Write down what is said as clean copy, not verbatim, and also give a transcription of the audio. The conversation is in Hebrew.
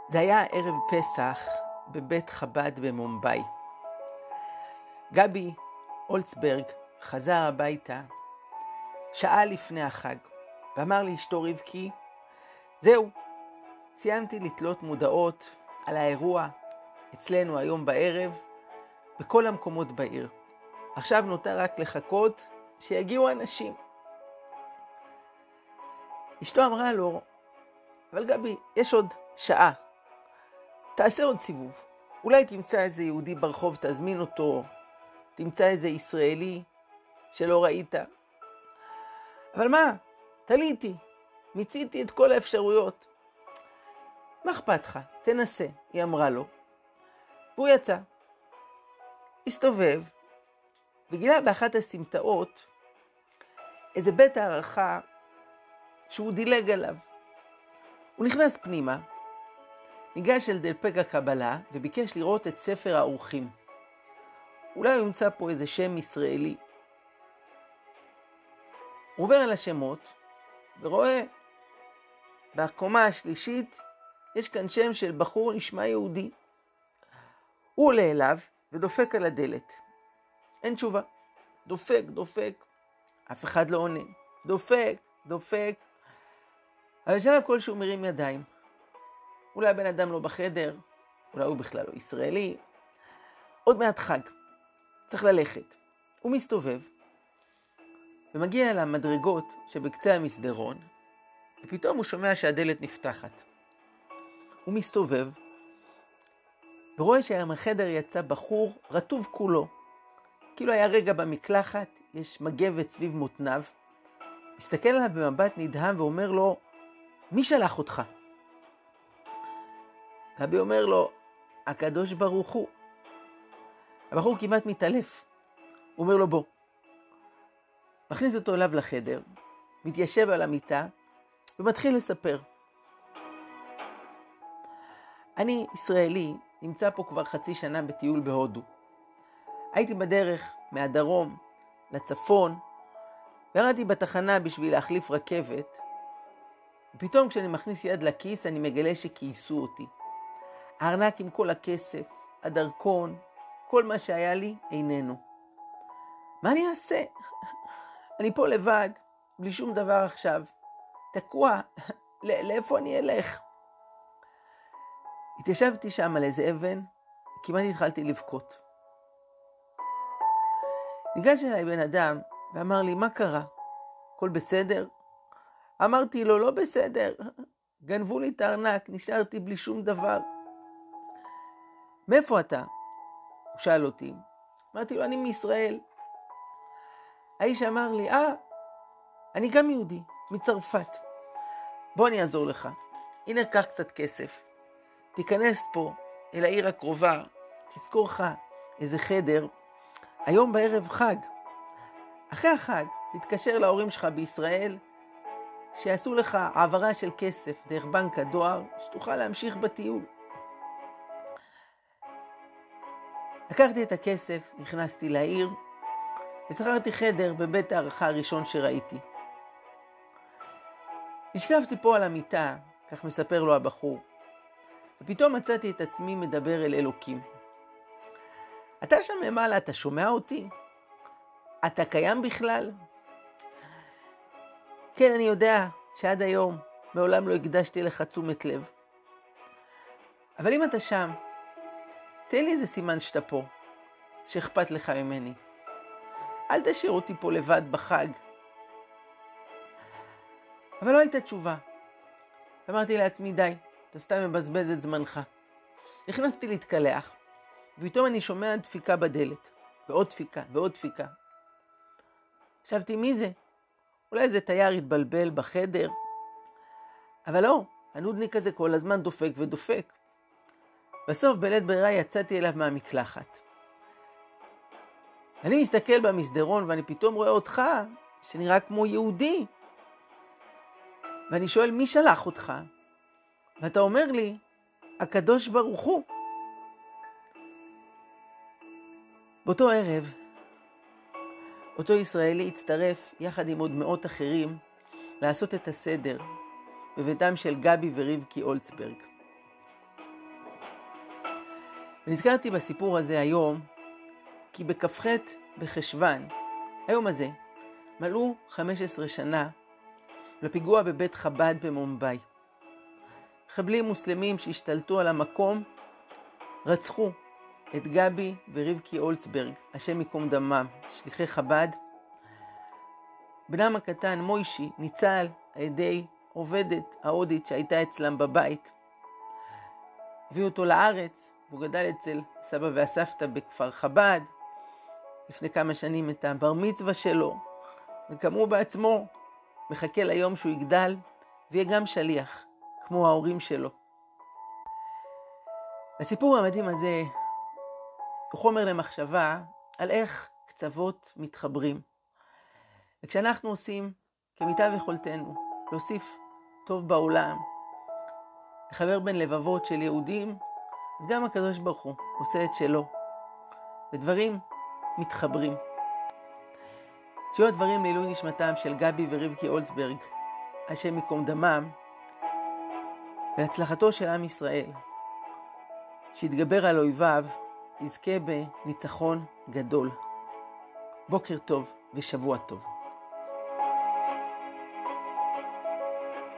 זה היה ערב פסח בבית חב"ד במומבאי. גבי אולצברג חזר הביתה שעה לפני החג, ואמר לאשתו רבקי, זהו, סיימתי לתלות מודעות על האירוע אצלנו היום בערב, בכל המקומות בעיר. עכשיו נותר רק לחכות שיגיעו אנשים. אשתו אמרה לו, אבל גבי, יש עוד שעה. תעשה עוד סיבוב. אולי תמצא איזה יהודי ברחוב, תזמין אותו. תמצא איזה ישראלי שלא ראית. אבל מה? תליתי. מיציתי את כל האפשרויות. מה אכפת לך? תנסה, היא אמרה לו. והוא יצא. הסתובב, וגילה באחת הסמטאות איזה בית הערכה שהוא דילג עליו. הוא נכנס פנימה, ניגש אל דלפק הקבלה וביקש לראות את ספר האורחים. אולי הוא ימצא פה איזה שם ישראלי. הוא עובר על השמות ורואה בקומה השלישית יש כאן שם של בחור נשמע יהודי. הוא עולה אליו ודופק על הדלת. אין תשובה. דופק. אף אחד לא עונה. דופק. אבל בשלב כלשהו מרים ידיים. אולי הבן אדם לא בחדר, אולי הוא בכלל לא ישראלי. עוד מעט חג. צריך ללכת. הוא מסתובב ומגיע למדרגות שבקצה המסדרון, ופתאום הוא שומע שהדלת נפתחת. הוא מסתובב ורואה שהחדר יצא בחור רטוב כולו. כאילו היה רגע במקלחת, יש מגבת סביב מותניו. מסתכל עליו במבט נדהם ואומר לו, מי שלח אותך? גבי אומר לו, הקדוש ברוך הוא. הבחור כמעט מתעלף. הוא אומר לו, בוא. מכניס אותו אליו לחדר, מתיישב על המיטה ומתחיל לספר. אני ישראלי, נמצא פה כבר חצי שנה בטיול בהודו. הייתי בדרך מהדרום לצפון, וירדתי בתחנה בשביל להחליף רכבת, ופתאום כשאני מכניס יד לכיס אני מגלה שכייסו אותי. הארנק עם כל הכסף, הדרכון, כל מה שהיה לי איננו. מה אני אעשה? אני פה לבד, בלי שום דבר עכשיו. תקוע, לאיפה אני אלך? התיישבתי שם על איזה אבן, כמעט התחלתי לבכות. ניגש אליי בן אדם ואמר לי, מה קרה? הכל בסדר? אמרתי לו, לא בסדר. גנבו לי את הארנק, נשארתי בלי שום דבר. מאיפה אתה? הוא שאל אותי. אמרתי לו, אני מישראל. האיש אמר לי, אני גם יהודי, מצרפת. בוא אני אעזור לך. הנה קח קצת כסף. תיכנס פה אל העיר הקרובה, תזכור לך איזה חדר. היום בערב חג. אחרי החג תתקשר להורים שלך בישראל, שיעשו לך העברה של כסף דרך בנק הדואר, שתוכל להמשיך בטיול. לקחתי את הכסף, נכנסתי לעיר, ושכרתי חדר בבית הערכה הראשון שראיתי. נשכבתי פה על המיטה, כך מספר לו הבחור, ופתאום מצאתי את עצמי מדבר אל אלוקים. אתה שם למעלה, אתה שומע אותי? אתה קיים בכלל? כן, אני יודע שעד היום מעולם לא הקדשתי לך תשומת לב. אבל אם אתה שם, תן לי איזה סימן שאתה פה, שאכפת לך ממני. אל תשאיר אותי פה לבד בחג. אבל לא הייתה תשובה. אמרתי לעצמי, די, אתה סתם מבזבז את זמנך. נכנסתי להתקלח, ופתאום אני שומע דפיקה בדלת, ועוד דפיקה, ועוד דפיקה. חשבתי, מי זה? אולי זה תייר התבלבל בחדר. אבל לא, הנודניק הזה כל הזמן דופק ודופק. בסוף בלית ברירה יצאתי אליו מהמקלחת. אני מסתכל במסדרון ואני פתאום רואה אותך, שנראה כמו יהודי. ואני שואל, מי שלח אותך? ואתה אומר לי, הקדוש ברוך הוא. באותו ערב, אותו ישראלי הצטרף יחד עם עוד מאות אחרים לעשות את הסדר בביתם של גבי ורבקי אולצברג. ונזכרתי בסיפור הזה היום, כי בכ"ח בחשוון, היום הזה, מלאו 15 שנה לפיגוע בבית חב"ד במומבאי. מחבלים מוסלמים שהשתלטו על המקום רצחו את גבי ורבקי אולצברג, השם ייקום דמם, שליחי חב"ד. בנם הקטן מוישי ניצל על ידי עובדת ההודית שהייתה אצלם בבית. הביאו אותו לארץ, והוא גדל אצל סבא והסבתא בכפר חב"ד. לפני כמה שנים את הבר מצווה שלו, וכמו בעצמו מחכה ליום שהוא יגדל ויהיה גם שליח, כמו ההורים שלו. הסיפור המדהים הזה הוא חומר למחשבה על איך קצוות מתחברים. וכשאנחנו עושים כמיטב יכולתנו להוסיף טוב בעולם, לחבר בין לבבות של יהודים, אז גם הקדוש ברוך הוא עושה את שלו, ודברים מתחברים. שיהיו הדברים לעילוי נשמתם של גבי ורבקי אולצברג, השם ייקום דמם, ולהצלחתו של עם ישראל, שיתגבר על אויביו, יזכה בניצחון גדול. בוקר טוב ושבוע טוב.